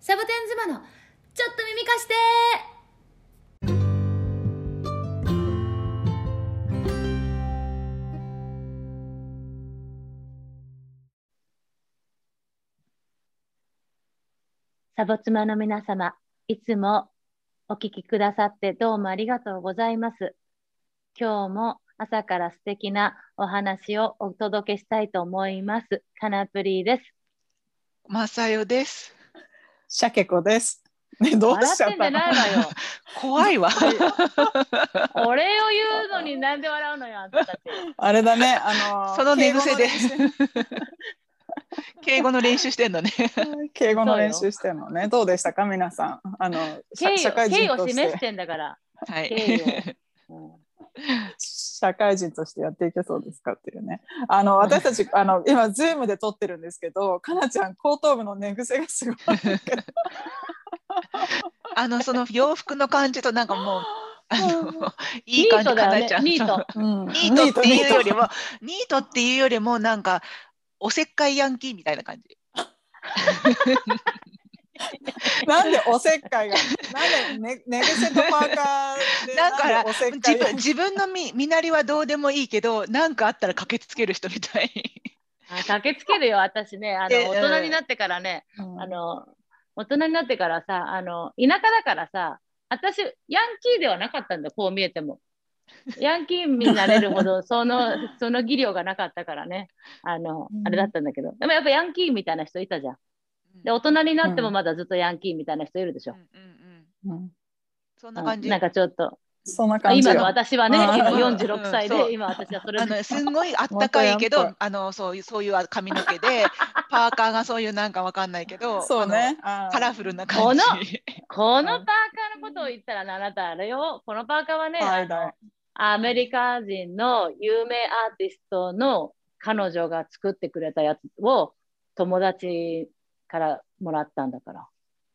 サボテン妻のちょっと耳貸して。サボ妻の皆様、いつもお聞きくださってどうもありがとうございます。今日も朝から素敵なお話をお届けしたいと思います。カナプリです。 まさよです。 シャケ子です。ね、どうしちゃったの？ 笑ってんじゃないわよ。 怖いわ。 お礼を言うのになんで笑うのよ、あんたたち。 あれだね、 その寝癖で敬語の練習してんのね。 敬語の練習してるのね。どうでしたか皆さん。社会人として敬意を示してんだから。 はい。 敬意を。 社会人としてやっていけそうですかっていうね。私たち今ズームで撮ってるんですけど、かなちゃん後頭部の寝癖がすごい。 その洋服の感じとなんかもういい感じかなちゃん。 ニート。 ニートっていうよりもなんかおせっかいヤンキーみたいな感じ。 なんでおせっかいが、なんで寝癖とパーカーでなんかおせっかい自分の身なりはどうでもいいけど、なんかあったら駆けつける人みたい。 駆けつけるよ、私ね。大人になってからね、大人になってからさ、田舎だからさ、私、ヤンキーではなかったんだ、こう見えても。ヤンキーになれるほど、その技量がなかったからね。あれだったんだけど。でもやっぱヤンキーみたいな人いたじゃん。で、大人になってもまだずっとヤンキーみたいな人いるでしょ。 そんな感じ。 なんかちょっと。 そんな感じ。 今の私はね、今46歳で、今私はそれで。 すんごいあったかいけど、そういう髪の毛で、パーカーがそういうなんかわかんないけど、 そうね。 カラフルな感じ。 このパーカーのことを言ったらあなたあれよ。このパーカーはね、アメリカ人の有名アーティストの彼女が作ってくれたやつを友達からもらったんだから。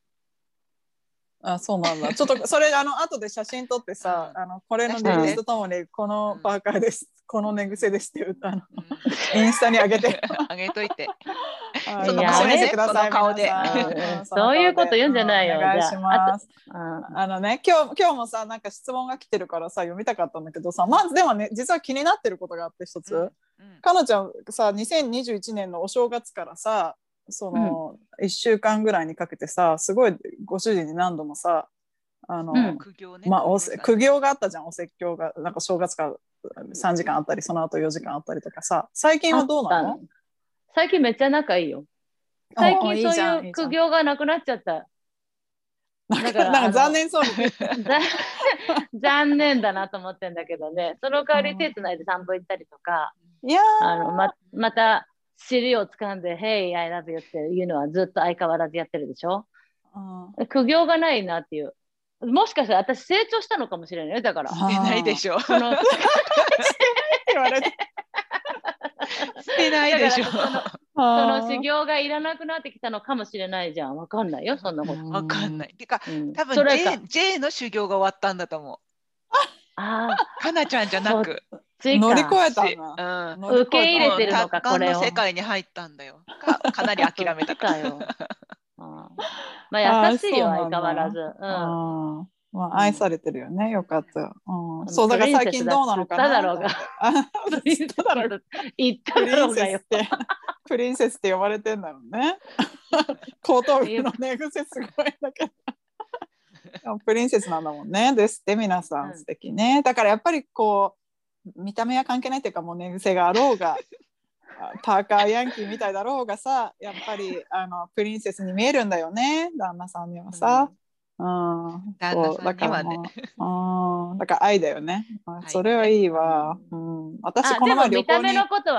そうなんだ。ちょっとそれ後で写真撮ってさ、これのリリースとともにこのパーカーです、この寝癖ですってインスタに上げて上げといて。 その顔で、 その顔で。 そういうこと言うんじゃないよ。 お願いします。今日もさ、なんか質問が来てるからさ、読みたかったんだけどさ、まずでもね、実は気になってることがあって一つ。かなちゃんさ、2021年のお正月からさ、その1週間ぐらいにかけてさ、すごいご主人に何度もさ、苦行があったじゃん、お説教が。なんか正月から3時間あったり、その後4時間あったりとかさ。最近はどうなの？ 最近めっちゃ仲いいよ。最近そういう苦行がなくなっちゃった。 だからなんか残念そうに残念だなと思ってんだけどね。その代わり手つないで散歩行ったりとか、また尻を掴んで Hey, I love you っていうのはずっと相変わらずやってるでしょ。苦行がないなっていう。もしかしたら私成長したのかもしれないね。だからしてないでしょ。 してないって言われてしてないでしょ。 その修行がいらなくなってきたのかもしれないじゃん。わかんないよ、そんなこと。 わかんない。てか、多分 J の修行が終わったんだと思う。かなちゃんじゃなく。 乗り越えたな。 受け入れてるのか、これを。 の世界に入ったんだよ。かなり諦めたから。 まあ優しいよ、相変わらず。 愛されてるよね。よかった。そうだから最近どうなのかな。 言っただろうが。言っただろうがよ。 プリンセスって呼ばれてんだろうね。後頭部の寝癖すごいんだけど。プリンセスなんだもんね。ですって皆さん素敵ね。だからやっぱりこう見た目は関係ないっていうか、もう寝癖があろうがパーカーヤンキーみたいだろうがさ、やっぱりプリンセスに見えるんだよね、旦那さんにはさ。 旦那さんにはね。 だから愛だよね。それはいいわ。私この前旅行に。 見た目のこと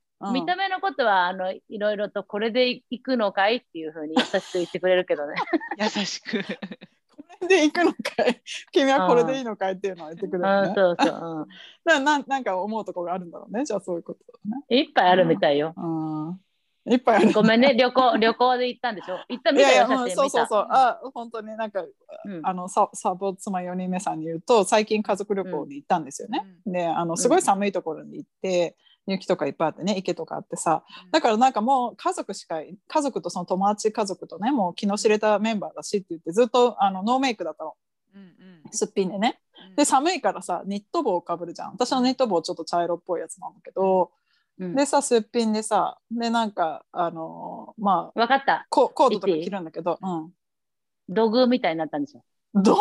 はいろいろとこれで行くのかいっていうふうに優しく言ってくれるけどね。 優しく。 これで行くのかい、君はこれでいいのかいっていうのを言ってくれるね。 そうそう。 なんか思うところがあるんだろうね。じゃあそういうことね。 いっぱいあるみたいよ。 いっぱいある。 ごめんね、旅行で行ったんでしょ。行ったみたいな写真見た。 そう。本当になんか、サボ妻4人目さんに言うと、最近家族旅行に行ったんですよね。ですごい寒いところに行って、 雪とかいっぱいあってね、池とかあってさ、だからなんかもう家族とその友達家族とね、もう気の知れたメンバーだしって言ってずっとノーメイクだったの、すっぴんでね。で寒いからさニット帽をかぶるじゃん。私のニット帽ちょっと茶色っぽいやつなんだけど、でさすっぴんでさ、でなんかまあ分かった、 コートとか着るんだけど、 土偶みたいになったんでしょ。 土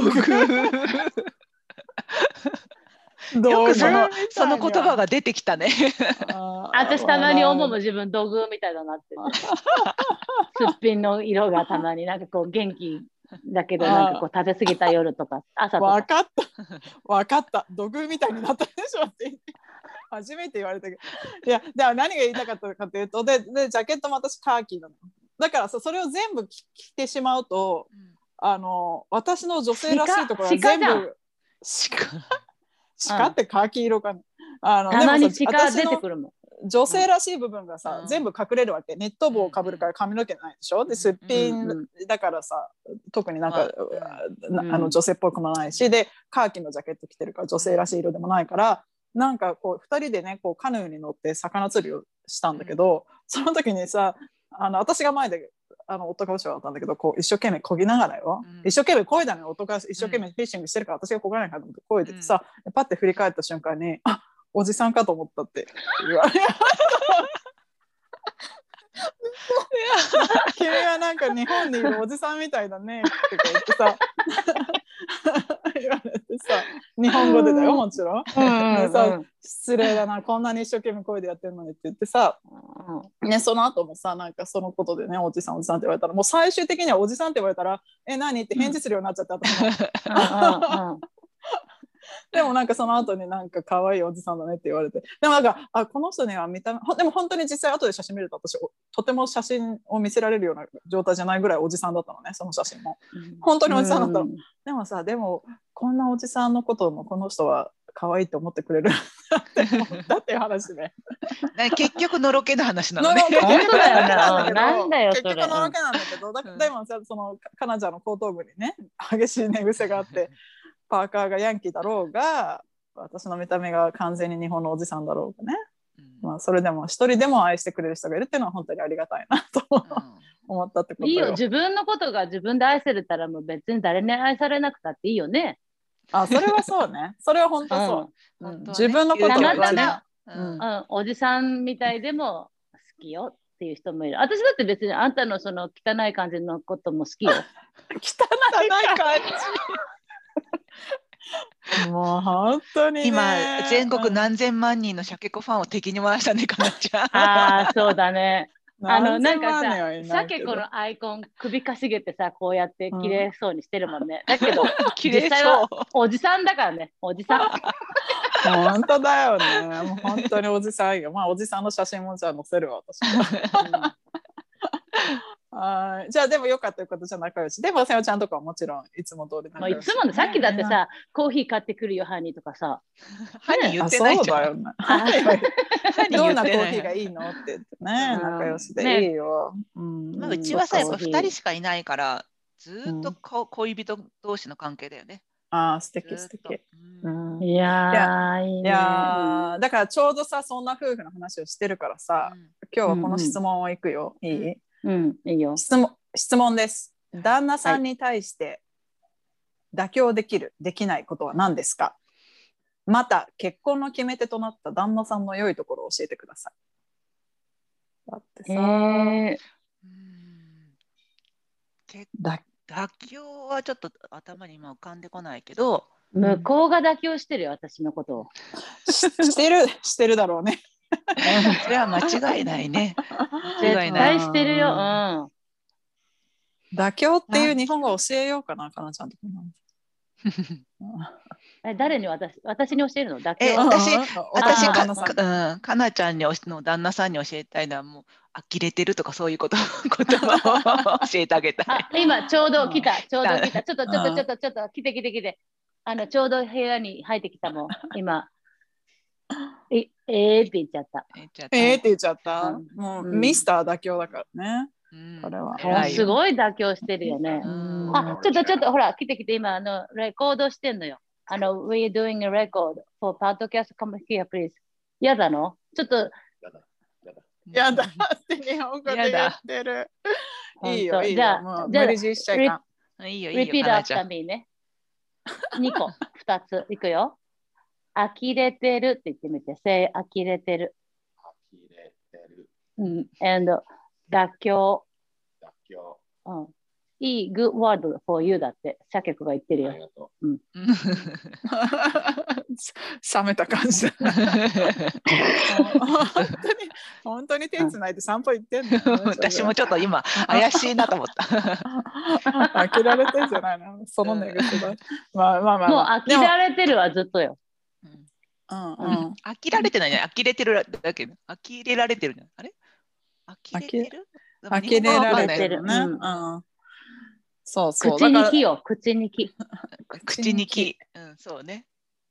偶よくその言葉が出てきたね。 私たまに思うも自分土偶みたいだなってすっぴんの色がたまになんかこう元気だけどなんかこう食べ過ぎた夜とか朝とか。 分かった土偶みたいになったでしょって初めて言われたけど、いやでは何が言いたかったかというと、でジャケットも私カーキなのだからさ、それを全部着てしまうと、私の女性らしいところは全部鹿ってカーキ色かな。 たまに鹿出てくるもん。 女性らしい部分がさ、全部隠れるわけ。ニット帽をかぶるから髪の毛ないでしょ。で、すっぴんだからさ、特になんか、女性っぽくもないし、で、カーキのジャケット着てるから女性らしい色でもないから、なんかこう、2人でね、こうカヌーに乗って魚釣りをしたんだけど、その時にさ、私が前で、夫が後ろだったんだけど、こう一生懸命漕ぎながらよ、一生懸命漕いだのよ。夫が一生懸命フィッシングしてるから、私が漕がないからと思って漕いでてさ、パッて振り返った瞬間に、あ、おじさんかと思ったって言われ君はなんか日本にいるおじさんみたいだねって言ってさ言われてさ、日本語でだよもちろん、さ失礼だな、こんなに一生懸命声でやってるのにって言ってさ、ね、その後もさ、なんかそのことでね、おじさんって言われたら、もう最終的にはおじさんって言われたら何って返事するようになっちゃって私もでもなんかその後になんか可愛いおじさんだねって言われて、でもなんかこの人には見た目でも本当に実際後で写真見ると私とても写真を見せられるような状態じゃないぐらいおじさんだったのね、その写真も本当におじさんだったの、でもさ、でもこんなおじさんのこともこの人は可愛いと思ってくれるって思ったっていう話ね結局のろけの話なのね。 本当だよなんだよそれ。 結局のろけなんだけど、でもさ、その彼女の後頭部にね激しい寝癖があってパーカーがヤンキーだろうが、私の見た目が完全に日本のおじさんだろうがね、まあ、それでも一人でも愛してくれる人がいるっていうのは本当にありがたいなと思ったってことよ。 いいよ、自分のことが自分で愛せれたらもう別に誰に愛されなくたっていいよね。 それはそうねそれは本当そう、自分のことがたまたま、おじさんみたいでも好きよっていう人もいる。私だって別にあんたのその汚い感じのことも好きよ汚い感じもう本当にね、 今全国何千万人のシャケ子ファンを敵に回したね、かなちゃん。 ああそうだねなんかさ、シャケ子のアイコン首かしげてさ、こうやって綺麗そうにしてるもんね、だけど実際はおじさんだからね、おじさん本当だよね、もう本当におじさんよ。まあおじさんの写真もじゃあ載せるわ私じゃあでもよかったよかった、じゃあ仲良しでもさよちゃんとかはもちろんいつも通り仲良し、 いつものさっきだってさ、コーヒー買ってくるよハニーとかさ、 ハニー言ってないじゃん。そうだよねどんなコーヒーがいいのって言ってね、仲良しでいいよ、 うちはさやっぱ2人しかいないからずっと恋人同士の関係だよね。 素敵素敵、 いやいいね。 だからちょうどさそんな夫婦の話をしてるからさ、今日はこの質問をいくよ、いい？ いいよ。 質問です。旦那さんに対して妥協できる、できないことは何ですか？また結婚の決め手となった旦那さんの良いところを教えてください。だってさ、 妥協はちょっと頭に今浮かんでこないけど、 向こうが妥協してるよ私のことをしてるだろうねそれは間違いないね。 絶対してるよ。 妥協っていう日本語を教えようかな、かなちゃんと。 誰に私に教えるの？妥協。 私かなちゃんの旦那さんに教えたいのはもう呆れてるとかそういう言葉を教えてあげたい。 今ちょうど来た。ちょっと来て。ちょうど部屋に入ってきたもん今。って言っちゃった。 って言っちゃった。もうミスター妥協だからね。これは。 すごい妥協してるよね。ちょっとほら来て今レコードしてんのよ。We're doing a record for podcast. Come here, please. 嫌だの？ちょっと。 やだって日本語で言ってる。いいよ、いいよ。 じゃあ、 もう無理強いしちゃいかん。 いいよ、いいよ。 リピートアフターミーね。2個、2つ。いくよ。呆れてるって言ってみて。say 呆れてる。 呆れてる。 and 妥協。 妥協。 いい good word for you だって、シャケクが言ってるよ。 ありがとう。 冷めた感じだ。本当に手つないで散歩行ってんの、 私もちょっと今怪しいなと思った。 飽きられてんじゃないの？その寝癖だ。まあまあまあ。 もう飽きられてるはずっとよ。 飽きられてないね。呆れてるだけ。呆れられてる。あれ？呆れてる？ 呆れられてるね。そうそう。 口に木よ、口に木。 口に木。そうね。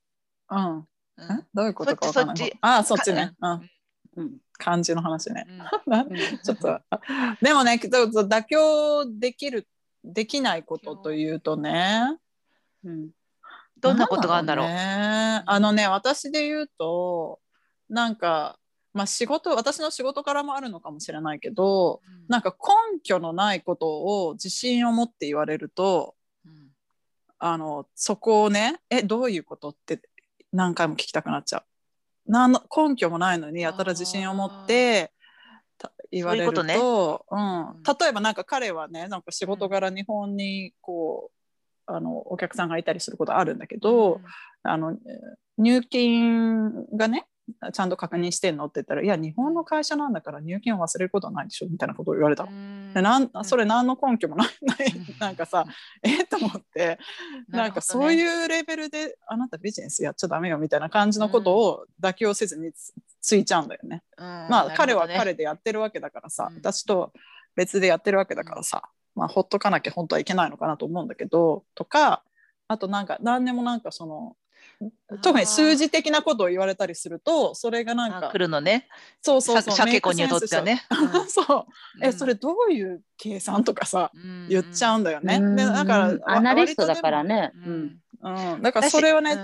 どういうことかわかんない。あ、そっちね。漢字の話ね。ちょっと。でもね、妥協できないことというとね。 どんなことがあるんだろう。 私で言うと、なんか、まあ私の仕事からもあるのかもしれないけど、なんか根拠のないことを自信を持って言われると、そこをね、どういうことって何回も聞きたくなっちゃう。根拠もないのにやたら自信を持って言われると、例えばなんか彼はね、なんか仕事柄日本にこうお客さんがいたりすることあるんだけど、入金がねちゃんと確認してんのって言ったら、いや日本の会社なんだから入金を忘れることはないでしょみたいなことを言われたの。それ何の根拠もないなんかさと思って、なんかそういうレベルであなたビジネスやっちゃダメよみたいな感じのことを妥協せずについちゃうんだよね。まあ彼は彼でやってるわけだからさ、私と別でやってるわけだからさ、まあほっとかなきゃ本当はいけないのかなと思うんだけど、とかあとなんか何でもなんかその特に数字的なことを言われたりすると、それがなんか来るのね。 そうシャケ子にとってはね。 そうそれどういう計算とかさ言っちゃうんだよね。でだからアナリストだからね。 だからそれはね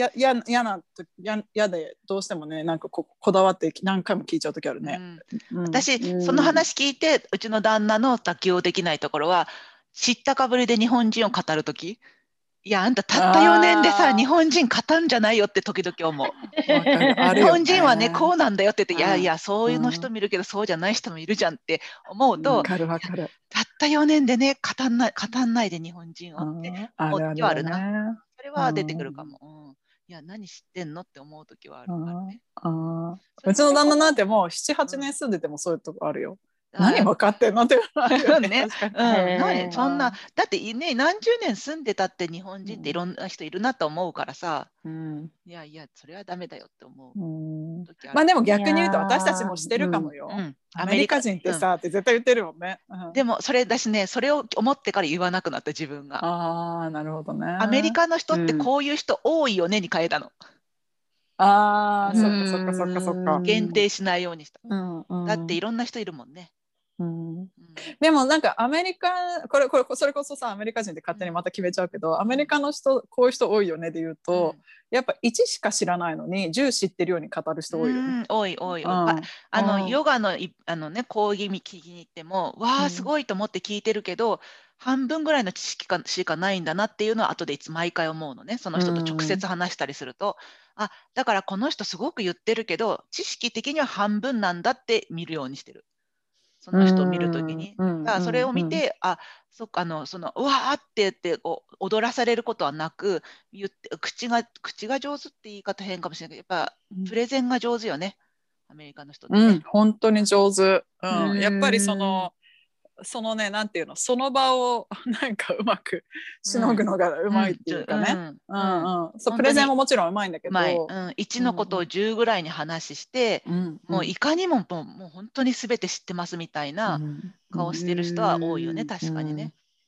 嫌でどうしてもねなんかこだわって何回も聞いちゃう時あるね。 私その話聞いてうちの旦那の妥協できないところは、知ったかぶりで日本人を語る時。いやあんたたった4年でさ日本人勝たんじゃないよって時々思う。日本人はねこうなんだよって言って、いやいやそういうの人もいるけどそうじゃない人もいるじゃんって思うと、たった4年でね勝たんないで日本人はって思う時はあるな。それは出てくるかも。いや何知ってんのって思う時はあるね。 うちの旦那なんてもう7、8年住んでてもそういうとこあるよ。何分かってんのってね。そんなだってね何十年住んでたって日本人っていろんな人いるなと思うからさ、いやいやそれはダメだよって思う。 まあでも逆に言うと私たちもしてるかもよ。アメリカ人ってさって絶対言ってるもんね。 でもそれだしね、それを思ってから言わなくなった自分が。 ああなるほどね。 アメリカの人ってこういう人多いよねに変えたの。 ああそっかそっかそっかそっか。 限定しないようにした。だっていろんな人いるもんね。 でもなんかアメリカこれそれこそさアメリカ人で勝手にまた決めちゃうけど、アメリカの人こういう人多いよねで言うと、やっぱ1しか知らないのに10知ってるように語る人多いよね。 多い。ヨガの講義聞きに行ってもわあすごいと思って聞いてるけど、半分ぐらいの知識しかないんだなっていうのは後で毎回思うのね。その人と直接話したりすると、だからこの人すごく言ってるけど知識的には半分なんだって見るようにしてる。その人を見るときに、それを見て、そっかそのうわーって言って踊らされることはなく、口が上手って言い方変かもしれないけど、やっぱプレゼンが上手よね、アメリカの人ってね。 本当に上手。やっぱりそのねなんていうの、その場をなんかうまくしのぐのがうまいっていうかね。プレゼンももちろんうまいんだけど、 1のことを10ぐらいに話して、もういかにももう本当に全て知ってますみたいな顔してる人は多いよね、確かにね。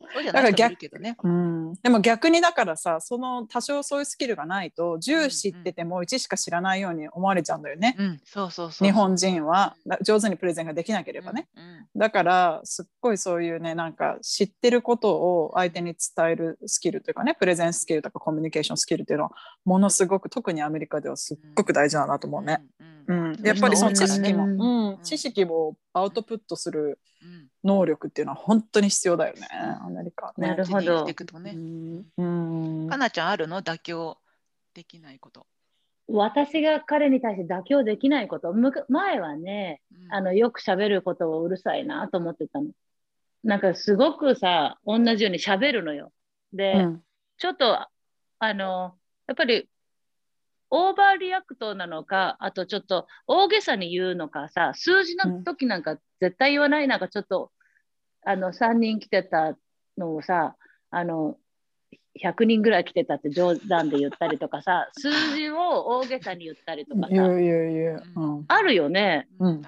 そうじゃない人もいるけどね。 でも逆にだからさ、その多少そういうスキルがないと10知ってても1しか知らないように思われちゃうんだよね。日本人は上手にプレゼンができなければね。だからすっごいそういうね、なんか知ってることを相手に伝えるスキルというかね、プレゼンスキルとかコミュニケーションスキルっていうのはものすごく、特にアメリカではすっごく大事だなと思うね。やっぱりその知識も、知識をアウトプットする能力っていうのは本当に必要だよね、アメリカね。 なるほど。 かなちゃんあるの？妥協できないこと。 私が彼に対して妥協できないこと。前はね、よく喋ることをうるさいなと思ってたの。なんかすごくさ、同じように喋るのよ。で、ちょっと、やっぱり、オーバーリアクトなのか、あとちょっと大げさに言うのかさ、数字の時なんか絶対言わない、なんかちょっと、3人来てたのをさ、100人ぐらい来てたって冗談で言ったりとかさ、数字を大げさに言ったりとかさ、あるよね。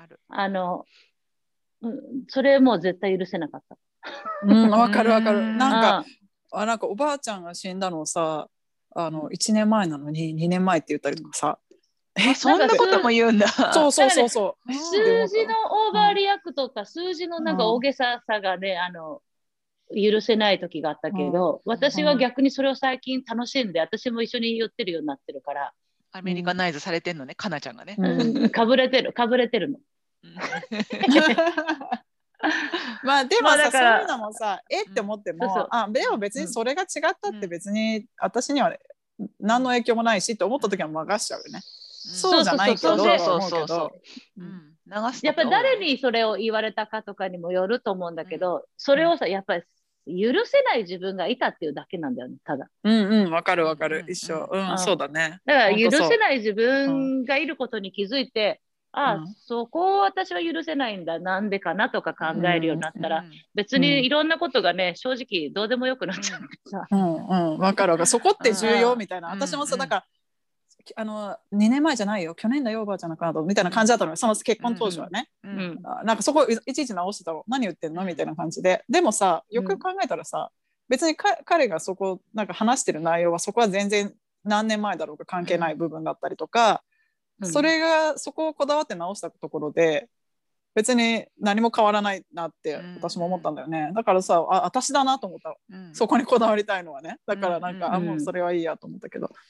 それもう絶対許せなかった。 わかるわかる。なんかおばあちゃんが死んだのさ、1年前なのに2年前って言ったりとかさ。 そんなことも言うんだ。 そう。数字のオーバーリアクトとか、数字のなんか大げささがね、許せない時があったけど、私は逆にそれを最近楽しんで、私も一緒に言ってるようになってるから。 アメリカナイズされてんのね、かなちゃんがね。 かぶれてるの。 まあでもさ、そういうのもさ、って思っても、でも別にそれが違ったって別に私には何の影響もないしって思った時は流しちゃうよね。そうじゃないけど、 やっぱり誰にそれを言われたかとかにもよると思うんだけど、それをさ、やっぱり許せない自分がいたっていうだけなんだよね、ただ。 わかるわかる、一緒。そうだね。 だから許せない自分がいることに気づいて、そこを私は許せないんだ、なんでかなとか考えるようになったら、別にいろんなことがね、正直どうでもよくなっちゃってさ。 わかるわかる。そこって重要みたいな。私もさ、だから2年前じゃないよ、去年だよおばあちゃんのカードみたいな感じだったのよ、その結婚当初はね。なんかそこいちいち直してたの、何言ってんのみたいな感じで。でもさ、よく考えたらさ、別に彼がそこなんか話してる内容はそこは全然何年前だろうか関係ない部分だったりとか、そこをこだわって直したところで別に何も変わらないなって私も思ったんだよね。だからさ、私だなと思った、そこにこだわりたいのはね。だからなんか、もうそれはいいやと思ったけど、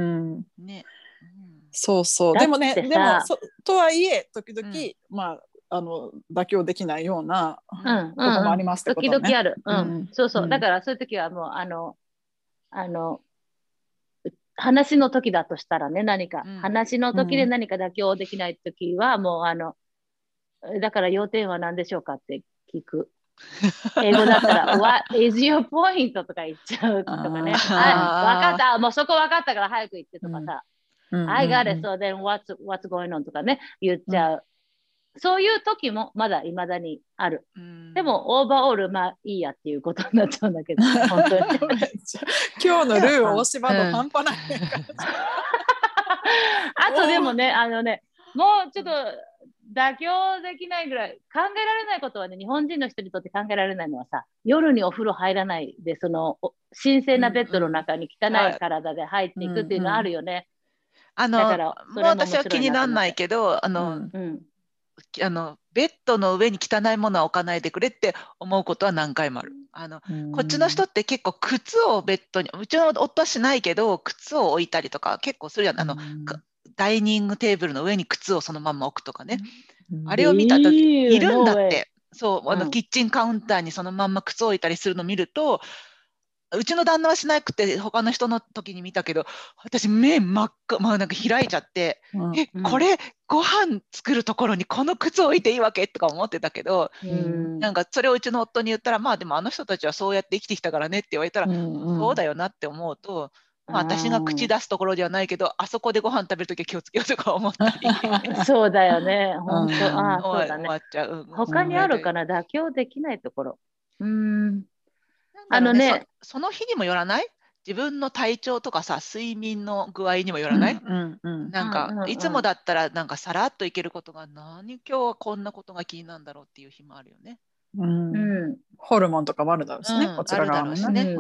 そうでもね、とはいえ時々、妥協できないようなこともありますってことね。 時々ある。そうだからそういう時はもう話の時だとしたらね、何か、話の時で何か妥協できない時はもうだから要点は何でしょうかって聞く。英語だったらWhat is your point? とか言っちゃうとかね。分かった、もうそこ分かったから早く言ってとかさ。I got it, so then what's going on? とかね、言っちゃう。そういう時もまだ未だにある。でもオーバーオールいいやっていうことになっちゃうんだけど、本当に。 今日のルー大芝と半端ない。 あとでもね、もうちょっと妥協できないぐらい考えられないことはね、日本人の人にとって考えられないのはさ、夜にお風呂入らないで、その神聖なベッドの中に汚い体で入っていくっていうのはあるよね。 だからもう私は気にならないけど、ベッドの上に汚いものは置かないでくれって思うことは何回もある。こっちの人って結構靴をベッドに、うちの夫はしないけど靴を置いたりとか結構するやん。ダイニングテーブルの上に靴をそのまま置くとかね。あれを見た時いるんだって。そうキッチンカウンターにそのまんま靴を置いたりするのを見ると、うちの旦那はしなくて他の人の時に見たけど、私目真っ赤、なんか開いちゃって、これご飯作るところにこの靴置いていいわけとか思ってたけど、なんかそれをうちの夫に言ったら、でもあの人たちはそうやって生きてきたからねって言われたら、そうだよなって思うと、私が口出すところではないけど、あそこでご飯食べるときは気をつけようとか思ったり。 そうだよね、本当。そうだね。 終わっちゃう。 他にあるかな、妥協できないところ。 その日にもよらない？自分の体調とかさ、睡眠の具合にもよらない？なんかいつもだったらなんかさらっといけることが、何今日はこんなことが気になるんだろうっていう日もあるよね。 うん、ホルモンとかもあるだろうしね、こちら側のね。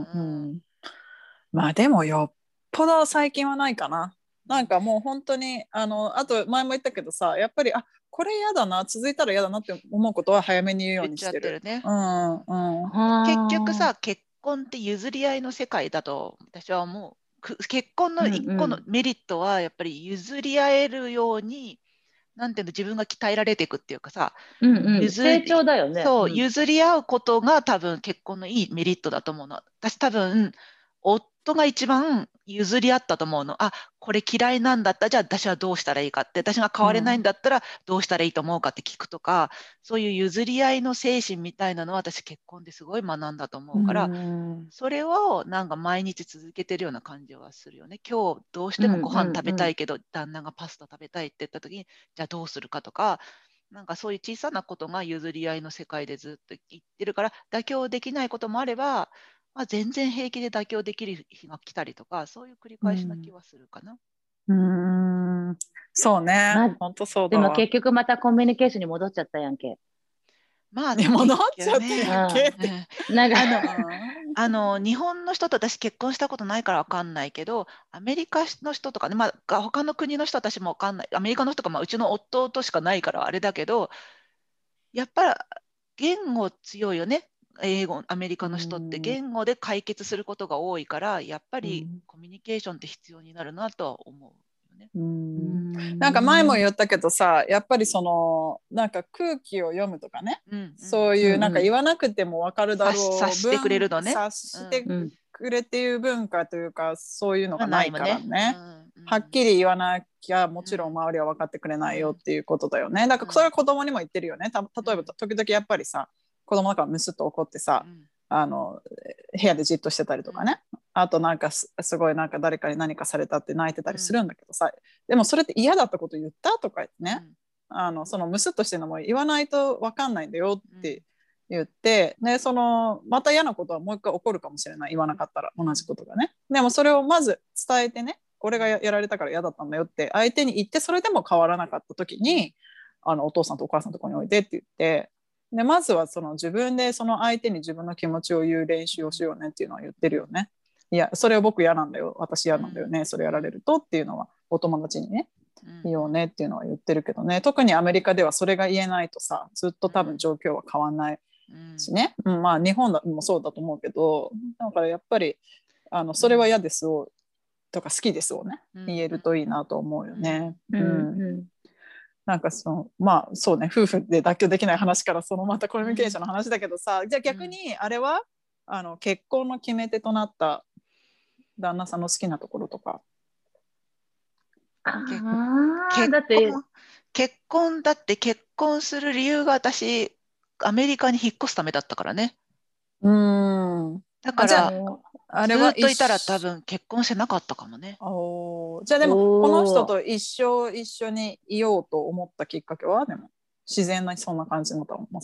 まあでもよっぽど最近はないかな。なんかもう本当にあと前も言ったけどさ、やっぱりこれ嫌だな、続いたら嫌だなって思うことは早めに言うようにしてる。 ね。 結局さ、結婚って譲り合いの世界だと私は思う。結婚の一個のメリットはやっぱり譲り合えるように、なんていうの、自分が鍛えられていくっていうかさ、 成長だよね。 そう、譲り合うことが多分結婚のいいメリットだと思うの。私多分、夫が一番譲り合ったと思うの。これ嫌いなんだったら、じゃあ私はどうしたらいいかって、私が変われないんだったらどうしたらいいと思うかって聞くとか、そういう譲り合いの精神みたいなのは私結婚ですごい学んだと思うから、それをなんか毎日続けてるような感じはするよね。今日どうしてもご飯食べたいけど、旦那がパスタ食べたいって言った時に、じゃあどうするかとか、なんかそういう小さなことが譲り合いの世界でずっと言ってるから、妥協できないこともあれば、全然平気で妥協できる日が来たりとか、そういう繰り返しな気はするかな。 そうね。本当そうだわ。 でも結局またコミュニケーションに戻っちゃったやんけ。 戻っちゃったやんけって。 日本の人と私結婚したことないから分かんないけど、アメリカの人とかね、他の国の人私も分かんない。アメリカの人とか、うちの夫としかないからあれだけど、やっぱり言語強いよね。アメリカの人って言語で解決することが多いから、やっぱりコミュニケーションって必要になるなとは思う。 なんか前も言ったけどさ、やっぱりなんか空気を読むとかね、そういうなんか言わなくても分かるだろう、 察してくれるのね。 察してくれっていう文化というか、そういうのがないからね。はっきり言わなきゃもちろん周りは分かってくれないよっていうことだよね。だからそれは子供にも言ってるよね。例えば時々やっぱりさ、子供だからムスッと怒ってさ、部屋でじっとしてたりとかね、あとなんかすごいなんか誰かに何かされたって泣いてたりするんだけどさ、でもそれって嫌だったこと言ったとか言ってね、そのムスッとしてるのも言わないと分かんないんだよって言って、でまた嫌なことはもう一回起こるかもしれない、言わなかったら同じことがね。でもそれをまず伝えてね、これがやられたから嫌だったんだよって相手に言って、それでも変わらなかった時にお父さんとお母さんのところにおいでって言って、でまずは自分でその相手に自分の気持ちを言う練習をしようねっていうのは言ってるよね。いやそれは僕嫌なんだよ、私嫌なんだよね、それやられるとっていうのはお友達にね言おうねっていうのは言ってるけどね、特にアメリカではそれが言えないとさ、ずっと多分状況は変わんないしね、まあ日本もそうだと思うけど、だからやっぱりそれは嫌ですをとか好きですをね言えるといいなと思うよね。なんかまあそうね、夫婦で妥協できない話からまたコミュニケーションの話だけどさ、じゃあ逆にあれは結婚の決め手となった旦那さんの好きなところとか。 結婚する理由が私アメリカに引っ越すためだったからね。だからずっといたら多分結婚してなかったかもね。 じゃあでもこの人と一緒にいようと思ったきっかけはでも自然なそんな感じのと思う。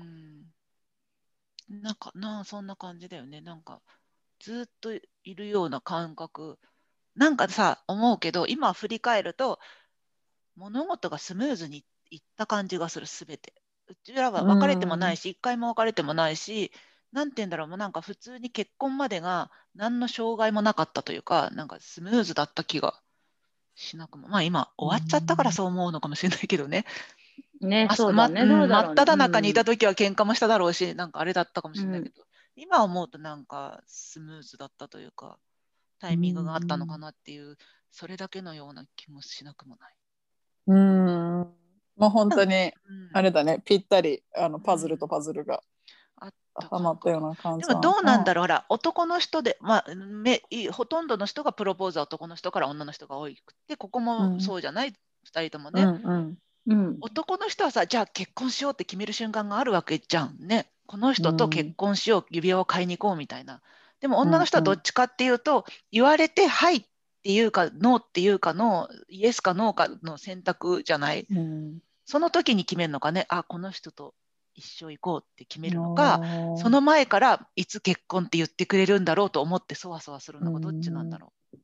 そんな感じだよね。なんかずっといるような感覚。なんかさ思うけど、今振り返ると物事がスムーズにいった感じがする、すべて。うちらは別れてもないし、一回も別れてもないし、なんて言うんだろう、もうなんか普通に結婚までが何の障害もなかったというか、なんかスムーズだった気がしなくも。まあ今終わっちゃったからそう思うのかもしれないけどね。 そうだね。 真っ只中にいた時は喧嘩もしただろうし、なんかあれだったかもしれないけど、今思うとなんかスムーズだったというか、タイミングがあったのかなっていう、それだけのような気もしなくもない。 もう本当にあれだね、ぴったりパズルとパズルがはまったような感じ。 でもどうなんだろう、ほら男の人で、ほとんどの人がプロポーズは男の人から女の人が多くて、ここもそうじゃない、2人ともね。男の人はさ、じゃあ結婚しようって決める瞬間があるわけじゃんね。この人と結婚しよう、指輪を買いに行こうみたいな。でも女の人はどっちかっていうと、言われてはいっていうかノーっていうかのイエスかノーかの選択じゃない。その時に決めるのかね、この人と一生行こうって決めるのか、その前からいつ結婚って言ってくれるんだろうと思ってそわそわするのか、どっちなんだろう。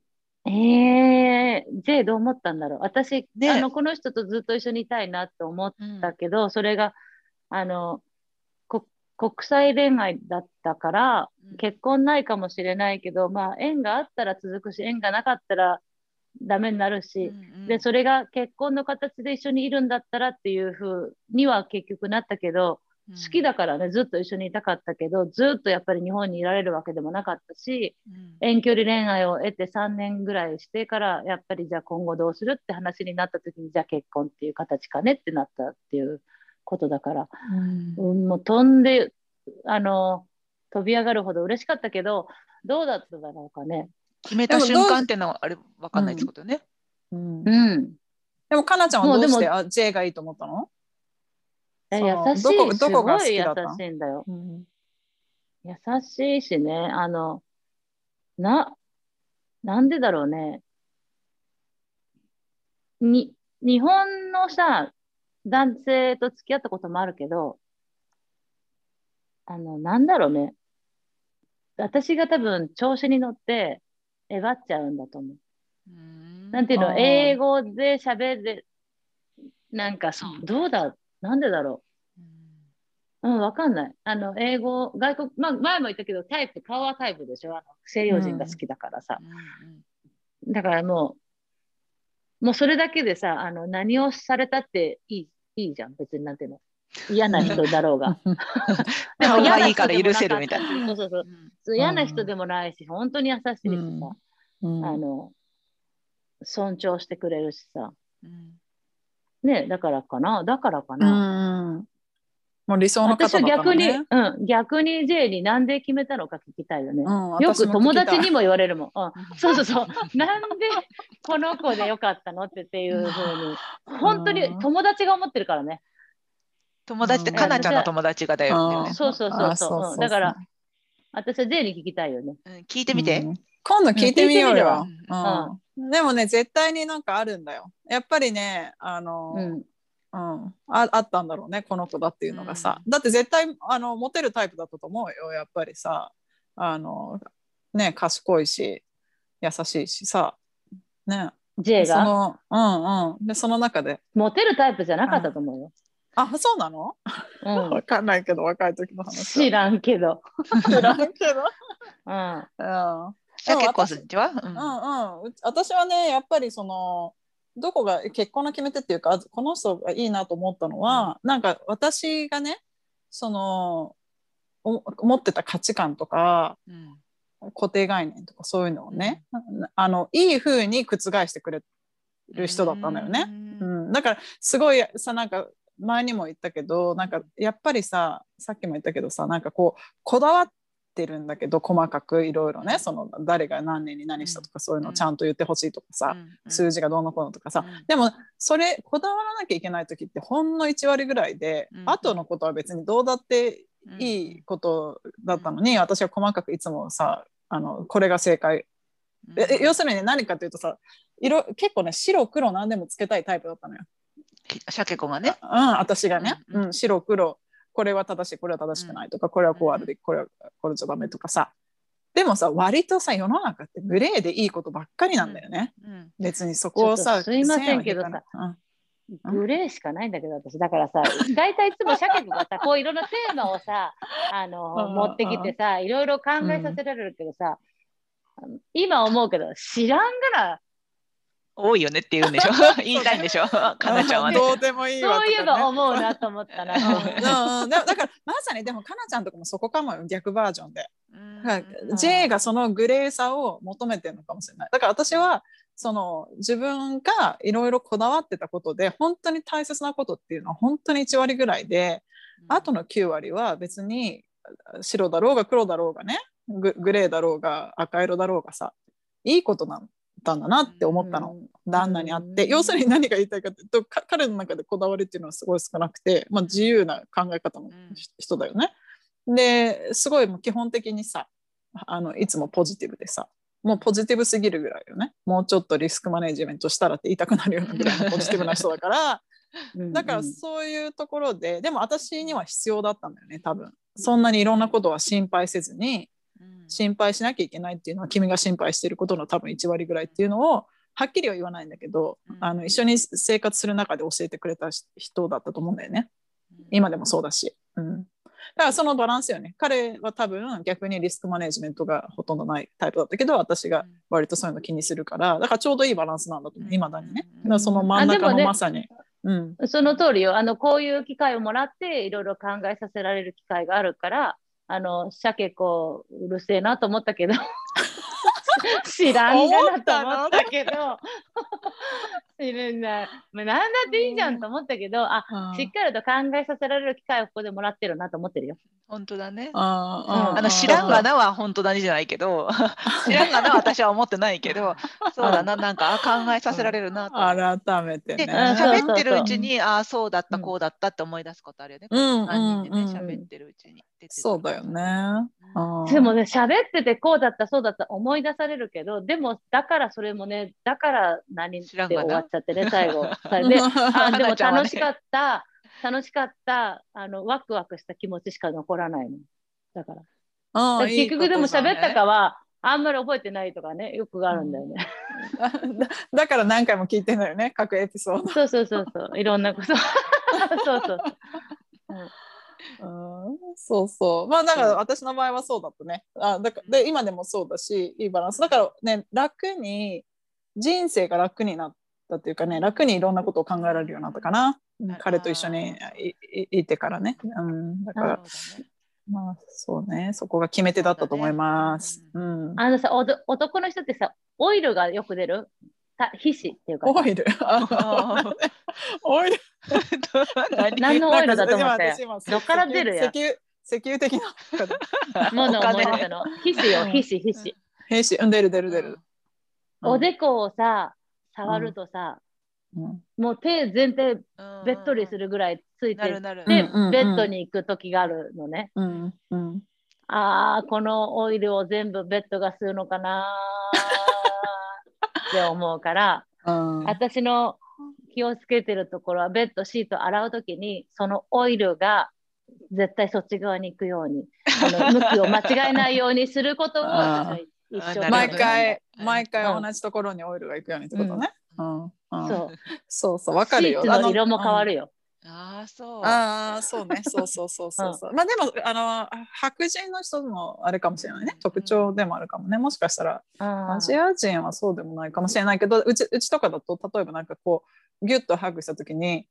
J どう思ったんだろう。私、この人とずっと一緒にいたいなと思ったけど、それが、こ国際恋愛だったから、結婚ないかもしれないけど、まあ、縁があったら続くし、縁がなかったらダメになるし、で、それが結婚の形で一緒にいるんだったらっていう風には結局なったけど、好きだからね、ずっと一緒にいたかったけど、ずっとやっぱり日本にいられるわけでもなかったし、遠距離恋愛を得て3年ぐらいしてから、やっぱりじゃあ今後どうするって話になった時に、じゃあ結婚っていう形かねってなったっていうことだから、もう飛んで、飛び上がるほど嬉しかったけど、どうだっただろうかね。 決めた瞬間っていうのはあれ分かんないってことね。 でもかなちゃんはどうしてJ がいいと思ったの？ 優しい、すごい優しいんだよ。優しいしね、なんでだろうね。日本のさ、男性と付き合ったこともあるけど、なんだろうね。私が多分調子に乗ってえばっちゃうんだと思う。なんていうの、英語で喋る、なんかどうだ、なんでだろう。わかんない。英語、外国、まあ、前も言ったけど、顔はタイプでしょ。西洋人が好きだからさ。だからもうそれだけでさ、何をされたっていいじゃん。別になんていうの。嫌な人だろうが。 でも嫌な人から許せるみたいな。 そう。嫌な人でもないし、本当に優しいしさ。尊重してくれるしさ。ね、だからかな。 もう理想の方だったのね。 私は逆に J になんで決めたのか聞きたいよね。よく友達にも言われるもん。そう。なんでこの子でよかったのっていうふうに。本当に友達が思ってるからね。 友達ってかなちゃんの友達がだよね。 そう。だから、私は J に聞きたいよね。 聞いてみて。 今度聞いてみようよ。でもね、絶対になんかあるんだよ。やっぱりね、あったんだろうね、この子だっていうのがさ。だって絶対モテるタイプだったと思うよ、やっぱりさ。ね、賢いし、優しいしさ。ね。 J がで、その中で。 モテるタイプじゃなかったと思うよ。 そうなの？わかんないけど、若い時の話。 知らんけど。 結構そっちは？ 私はね、やっぱりどこが結婚の決め手っていうか、この人がいいなと思ったのは、なんか私がね、持ってた価値観とか、固定概念とかそういうのをね、いい風に覆してくれる人だったんだよね。だからすごいさ、なんか前にも言ったけど、なんかやっぱりさっきも言ったけどさ、なんかこだわってるんだけど、細かくいろいろね、誰が何年に何したとか、そういうのをちゃんと言ってほしいとかさ、数字がどうのこうのとかさ、でもそれこだわらなきゃいけない時ってほんの1割ぐらいで、後のことは別にどうだっていいことだったのに、私は細かくいつもさ、これが正解、要するに何かというとさ、結構ね、白黒何でもつけたいタイプだったのよ。 鮭子がね。 私がね、白黒、これは正しい、これは正しくないとか、これはこうあるべき、これじゃダメとかさ。でもさ、割とさ、世の中ってグレーでいいことばっかりなんだよね。別にそこをさ、 すいませんけどさ、グレーしかないんだけど、私だからさ、大体いつも鮭子がさ、こういろんなテーマをさ、持ってきてさ、いろいろ考えさせられるけどさ、今思うけど、知らんがら多いよねって言うんでしょ。言いたいんでしょ。かなちゃんはね。 どうでもいいわとか、ね。 そういえば思うなと思ったな。 だからまさにでもかなちゃんとかもそこかもよ、逆バージョンで。J がそのグレーさを求めてるのかもしれない。だから私は自分がいろいろこだわってたことで本当に大切なことっていうのは本当に1割ぐらいで、あとの9割は別に白だろうが黒だろうがね、グレーだろうが赤色だろうがさ、いいことなんだなって思ったの、旦那にあって。要するに何が言いたいかというと、彼の中でこだわりっていうのはすごい少なくて、自由な考え方の人だよね。ですごい基本的にさ、いつもポジティブでさ、もうポジティブすぎるぐらいよね。もうちょっとリスクマネジメントしたらって言いたくなるようなぐらいのポジティブな人だからだからそういうところで、でも私には必要だったんだよね、多分。そんなにいろんなことは心配せずに、心配しなきゃいけないっていうのは、君が心配していることの多分1割ぐらいっていうのをはっきりは言わないんだけど、一緒に生活する中で教えてくれた人だったと思うんだよね。今でもそうだし。 だからそのバランスよね。彼は多分逆にリスクマネジメントがほとんどないタイプだったけど、私が割とそういうの気にするから、だからちょうどいいバランスなんだと思う、今だにね。だからその真ん中のまさに。 その通りよ。こういう機会をもらっていろいろ考えさせられる機会があるから、鮭子うるせえなと思ったけど知らんがなと思ったけど知るんだ。なんだっていいじゃんと思ったけど、しっかりと考えさせられる機会をここでもらってるなと思ってるよ。 本当だね。 知らんがなは本当だねじゃないけど、知らんがなは私は思ってないけど、そうだな、なんか考えさせられるなと。 改めてね。 喋ってるうちに、そうだった、こうだったって思い出すことあるよね。3人でね、喋ってるうちに。 そうだよね。 でもね、喋っててこうだった、そうだった思い出されるけど、でもだからそれもね、だから何って終わっちゃってね、最後。でも楽しかった。ワクワクした気持ちしか残らないの。だから。結局でも喋ったかは、あんまり覚えてないとかね、よくあるんだよね。 だから何回も聞いてんだよね、各エピソード。そう。いろんなこと。 そう。まあだから私の場合はそうだったね。で今でもそうだし、いいバランス。だからね、人生が楽になったっていうかね、楽にいろんなことを考えられるようになったかな。彼と一緒にいてからね。だから、まあそうね、そこが決め手だったと思います。 男の人ってさ、オイルがよく出る皮脂っていうか。 オイルオイル何のオイルだと思って。どっから出るや石油的なものを思い出したの。皮脂よ、皮脂。 出る。 おでこをさ、触るとさ、もう手全体べっとりするぐらいついてて、ベッドに行く時があるのね。このオイルを全部ベッドが吸うのかなって思うから、私の気をつけてるところはベッドシート洗う時にそのオイルが絶対そっち側に行くように向きを間違えないようにすることを私は一生毎回同じところにオイルが行くようにってことね。そうわかるよ。 シーツの色も変わるよ。 そうね。まあでも白人の人もあれかもしれないね。特徴でもあるかもね。もしかしたらアジア人はそうでもないかもしれないけど、うちとかだと例えばなんかこうギュッとハグした時に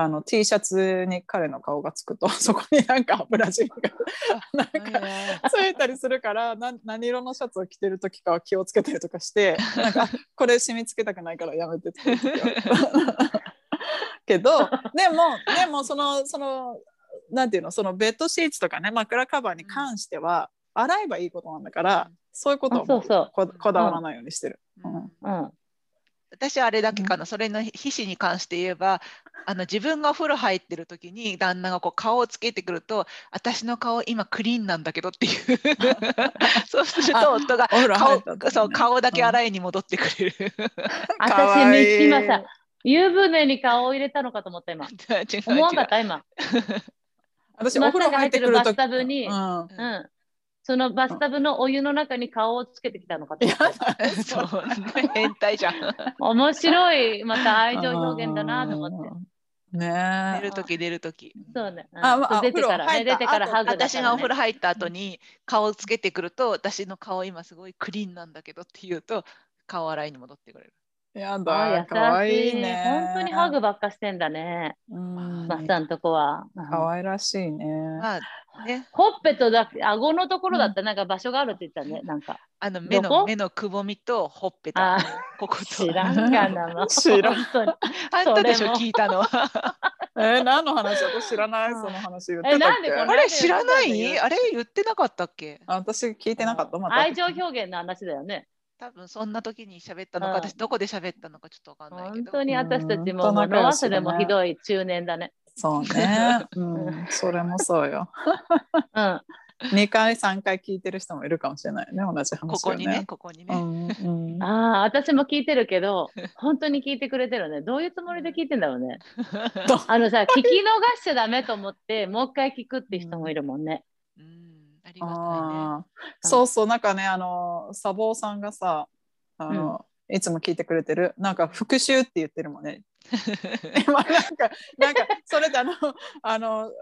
T シャツに彼の顔がつくとそこになんか油地がなんかついたりするから何色のシャツを着てる時かは気をつけたりとかしてなんかこれ染みつけたくないからやめてって言う時はけどでもそのなんていうのそのベッドシーツとかね枕カバーに関しては洗えばいいことなんだからそういうことをこだわらないようにしてる。 私はあれだけかな、それの皮脂に関して言えば自分がお風呂入ってる時に旦那がこう顔をつけてくると私の顔今クリーンなんだけどっていうそうすると夫が顔だけ洗いに戻ってくれる私今さ湯船に顔を入れたのかと思った今思わなかった今私お風呂入ってくるバスタブにそのバスタブのお湯の中に顔をつけてきたのかと思ってそう変態じゃん面白いまた愛情表現だなと思ってね出る時そうね出てからハグ私がお風呂入った後に顔をつけてくると私の顔今すごいクリーンなんだけどって言うと顔洗いに戻ってくれる。 やだかわいいね。 本当にハグばっかしてんだね。マッサンとこは。 かわいらしいね。 ほっぺと顎のところだったらなんか場所があるって言ったね。なんか目のくぼみとほっぺとここと。 知らんがな。 知らん。 あんたでしょ聞いたの。 何の話？私知らない。その話言ってたっけ？ あれ知らない？あれ言ってなかったっけ？ 私聞いてなかった。 愛情表現の話だよね。 多分そんな時に喋ったのか、私どこで喋ったのかちょっとわかんないけど。 本当に私たちも飲ませでもひどい中年だね。 そうね。それもそうよ。2回3回聞いてる人もいるかもしれないね、同じ話をね。 ここにね。 私も聞いてるけど、本当に聞いてくれてるね。どういうつもりで聞いてんだろうね。聞き逃しちゃダメと思ってもう一回聞くって人もいるもんね。 ありがたいね。 そうなんかねサボーさんがさいつも聞いてくれてるなんか復習って言ってるもんね。なんかそれで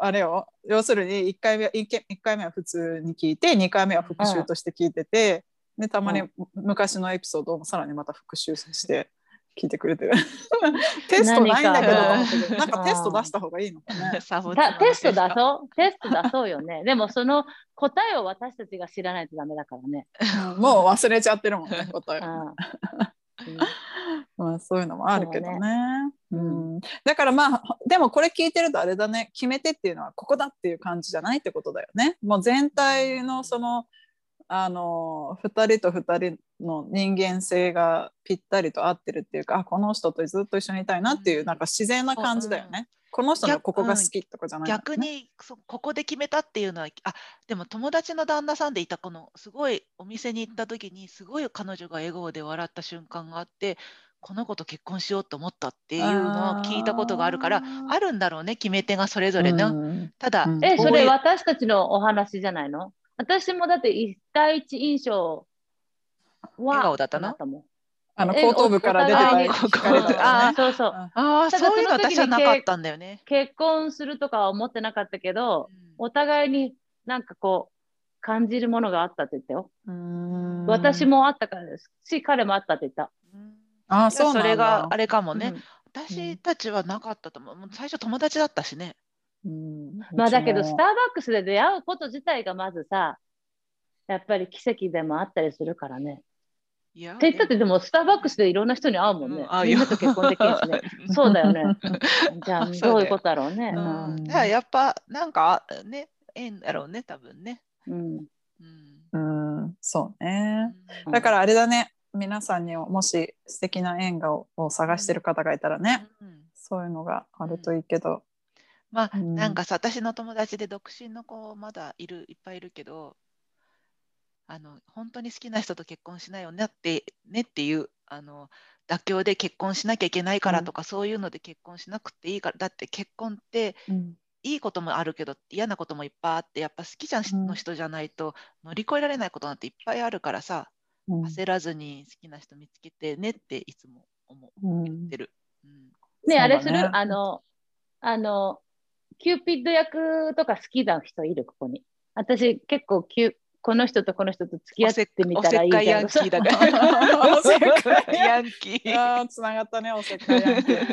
あれよ、要するに1回目は普通に聞いて、2回目は復習として聞いてて、でたまに昔のエピソードをさらにまた復習して聞いてくれてる。テストないんだけどと思ったけど、なんかテスト出した方がいいのかね。 テスト出そうよね。でもその答えを私たちが知らないとダメだからね。 もう忘れちゃってるもんね、答え。まあそういうのもあるけどね。だからまあでもこれ聞いてるとあれだね、決め手っていうのはここだっていう感じじゃないってことだよね。もう全体のその2人と2人の人間性がぴったりと合ってるっていうか、この人とずっと一緒にいたいなっていう、なんか自然な感じだよね。この人のここが好きとかじゃない、ね、 逆にここで決めたっていうのは、でも友達の旦那さんでいたこのすごいお店に行った時にすごい彼女が笑顔で笑った瞬間があって、この子と結婚しようと思ったっていうのを聞いたことがあるから、あるんだろうね、決め手がそれぞれの。ただ、 それ私たちのお話じゃないの？私もだって第一印象は笑顔だったの？ 後頭部から出てた光とかね。 そうそう。 そういうの私はなかったんだよね。 結婚するとかは思ってなかったけど、お互いになんかこう感じるものがあったって言ったよ。私もあったからですし、彼もあったって言った。 それがあれかもね。私たちはなかったと思う。最初友達だったしね。 まあだけどスターバックスで出会うこと自体がまずさ、やっぱり奇跡でもあったりするからね。って言ったってでもスターバックスでいろんな人に会うもんね。みんなと結婚できるしね。そうだよね。じゃあどういうことだろうね。 だからやっぱなんかね、縁だろうね、多分ね。 そうね。だからあれだね。皆さんにもし素敵な縁を探してる方がいたらね、そういうのがあるといいけど。 まあなんかさ、私の友達で独身の子まだいっぱいいるけど、本当に好きな人と結婚しないよねっていう妥協で結婚しなきゃいけないからとか、そういうので結婚しなくていいから。だって結婚っていいこともあるけど嫌なこともいっぱいあって、やっぱ好きの人じゃないと乗り越えられないことなんていっぱいあるからさ、焦らずに好きな人見つけてねっていつも言ってる。 ね、あれする？キューピッド役とか好きな人いる？ここに。私結構この人とこの人と付き合ってみたらいいじゃん。おせっかいヤンキーだから。 おせっかいヤンキー。つながったね、おせっかいヤンキー。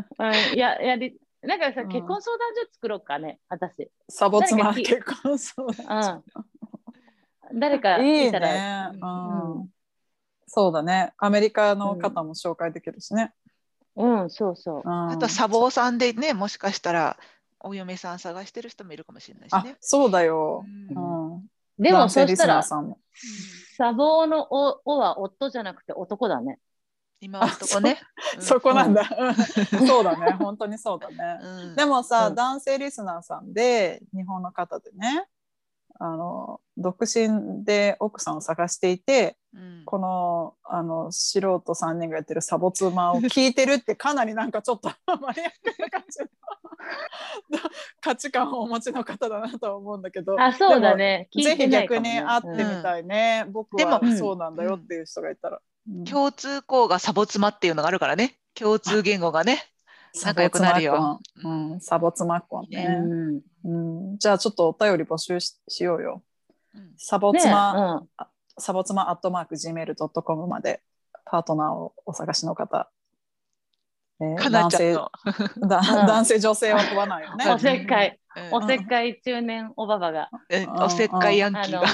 なんかさ、結婚相談所作ろうかね、私。 サボ妻結婚相談所。 誰かいたら。 いいね。そうだね。アメリカの方も紹介できるしね。 そうそう。 あとサボさんでね、もしかしたらお嫁さん探してる人もいるかもしれないしね。 そうだよ。 でもそしたらサボのおは夫じゃなくて男だね。 今男ね。 そこなんだ。そうだね。本当にそうだね。でもさ、男性リスナーさんで日本の方でね、独身で奥さんを探していて、この素人3人がやってるサボ妻を聞いてるってかなりなんかちょっとマニアックな感じの価値観をお持ちの方だなとは思うんだけど、 そうだね。 ぜひ逆に会ってみたいね。僕はそうなんだよっていう人がいたら。 共通項がサボ妻っていうのがあるからね。共通言語がね。仲良くなるよ。 サボ妻っ子ね。じゃあちょっとお便り募集 しようよ。サボ妻@gmail.com までパートナーをお探しの方。男性女性は問わないよね。 おせっかい中年おばばが。 おせっかいヤンキーが。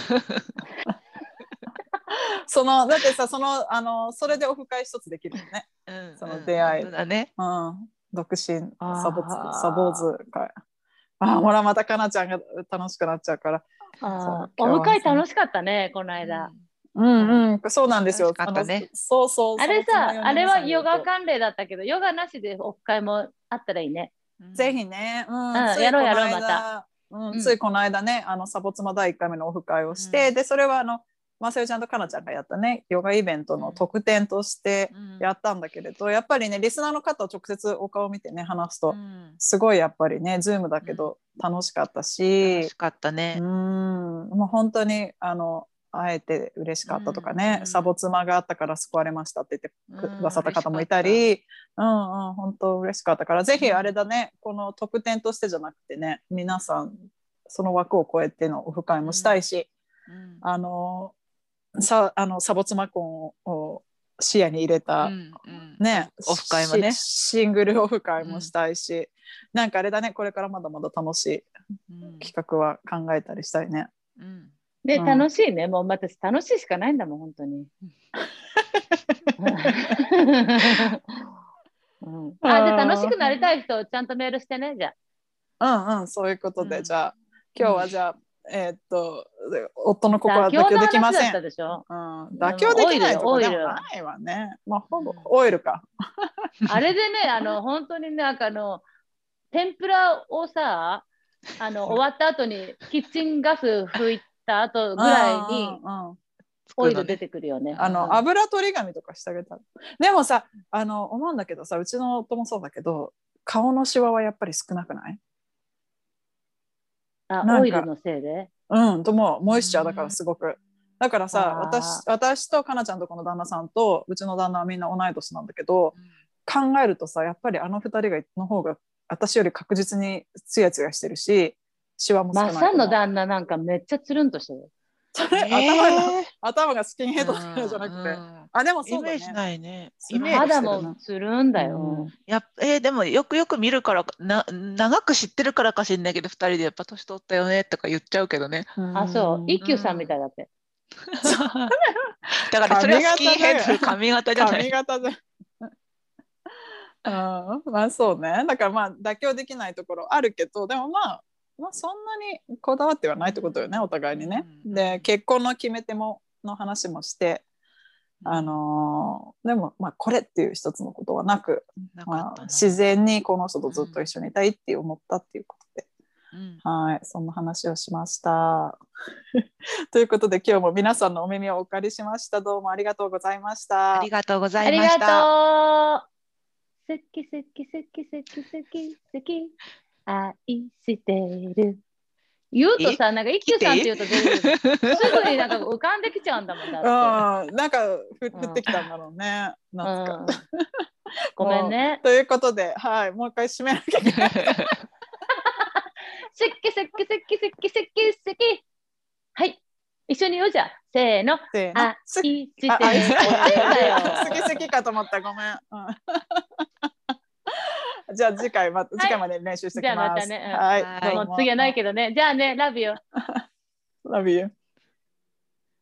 だってさ、それでオフ会一つできるよね。その出会い。独身サボーズ会。ほらまたかなちゃんが楽しくなっちゃうから。 オフ会楽しかったね、この間。 そうなんですよ。そう。 あれさ、あれはヨガ関連だったけど、ヨガなしでオフ会もあったらいいね。 ぜひね。 やろうまた。 ついこの間ね、サボ妻第1回目のオフ会をして、でそれはまさよちゃんとかなちゃんがやったね、ヨガイベントの特典としてやったんだけれど、やっぱりね、リスナーの方を直接お顔を見てね、話すと、すごいやっぱりね、ズームだけど楽しかったし、 楽しかったね。 もう本当に会えて嬉しかったとかね、サボ妻があったから救われましたって言ってくださった方もいたり、本当嬉しかったから、ぜひあれだね、この特典としてじゃなくてね、皆さんその枠を超えてのオフ会もしたいし、サボ妻婚を視野に入れた、ね、 オフ会もね、 シングルオフ会もしたいし、なんかあれだね、これからまだまだ楽しい企画は考えたりしたいね。 で、楽しいね。もう私楽しいしかないんだもん、本当に。で、楽しくなりたい人、ちゃんとメールしてね、じゃあ。そういうことで、じゃあ、今日はじゃあ、夫の心は妥協できません。妥協できないとこでもないわね。まあ、ほぼオイルか。 あれでね、本当になんか天ぷらをさ、終わった後にキッチンガス拭いた後ぐらいにオイル出てくるよね。 油取り紙とかしてあげたら。でもさ、思うんだけどさ、うちの夫もそうだけど、顔のシワはやっぱり少なくない？ オイルのせいで？ ともモイスチャーだからすごく。だからさ、私とかなちゃんとこの旦那さんとうちの旦那はみんな同い年なんだけど、考えるとさ、やっぱり2人の方が私より確実にツヤツヤしてるし、シワも少ない。 マッサンの旦那なんかめっちゃつるんとしてる。 それ、頭がスキンヘッドとかじゃなくて、でもそうだね。 イメージないね。 肌もつるんだよ。 でもよく見るから長く知ってるからかしんないけど、2人でやっぱ年取ったよねとか言っちゃうけどね。 そう、一休さんみたいだって。 だからそれはスキンヘッド、髪型じゃない。 髪型じゃまあそうね。だからまあ妥協できないところあるけど、でもまあそんなにこだわってはないってことよね、お互いにね。で、結婚の決め手の話もして、でもまあこれっていう一つのことはなく、自然にこの人とずっと一緒にいたいって思ったっていうことで、そんな話をしました。ということで今日も皆さんのお耳をお借りしました。どうもありがとうございました。 ありがとうございました。 ありがとう。好き好き好き好き好き好き。愛してる。言うとさ、なんか一休さんって言うと出る。すぐになんか浮かんできちゃうんだもんだって。 なんか降ってきたんだろうね。なんかごめんね。 ということで、もう一回締めなきゃいけない。好き好き好き好き好き好き。はい。一緒に言うじゃん。せーの。愛してる。 好き好きかと思った。ごめん。じゃあ次回まで練習してきます。 じゃあまたね。もう次はないけどね。じゃあね、Love you. Love you.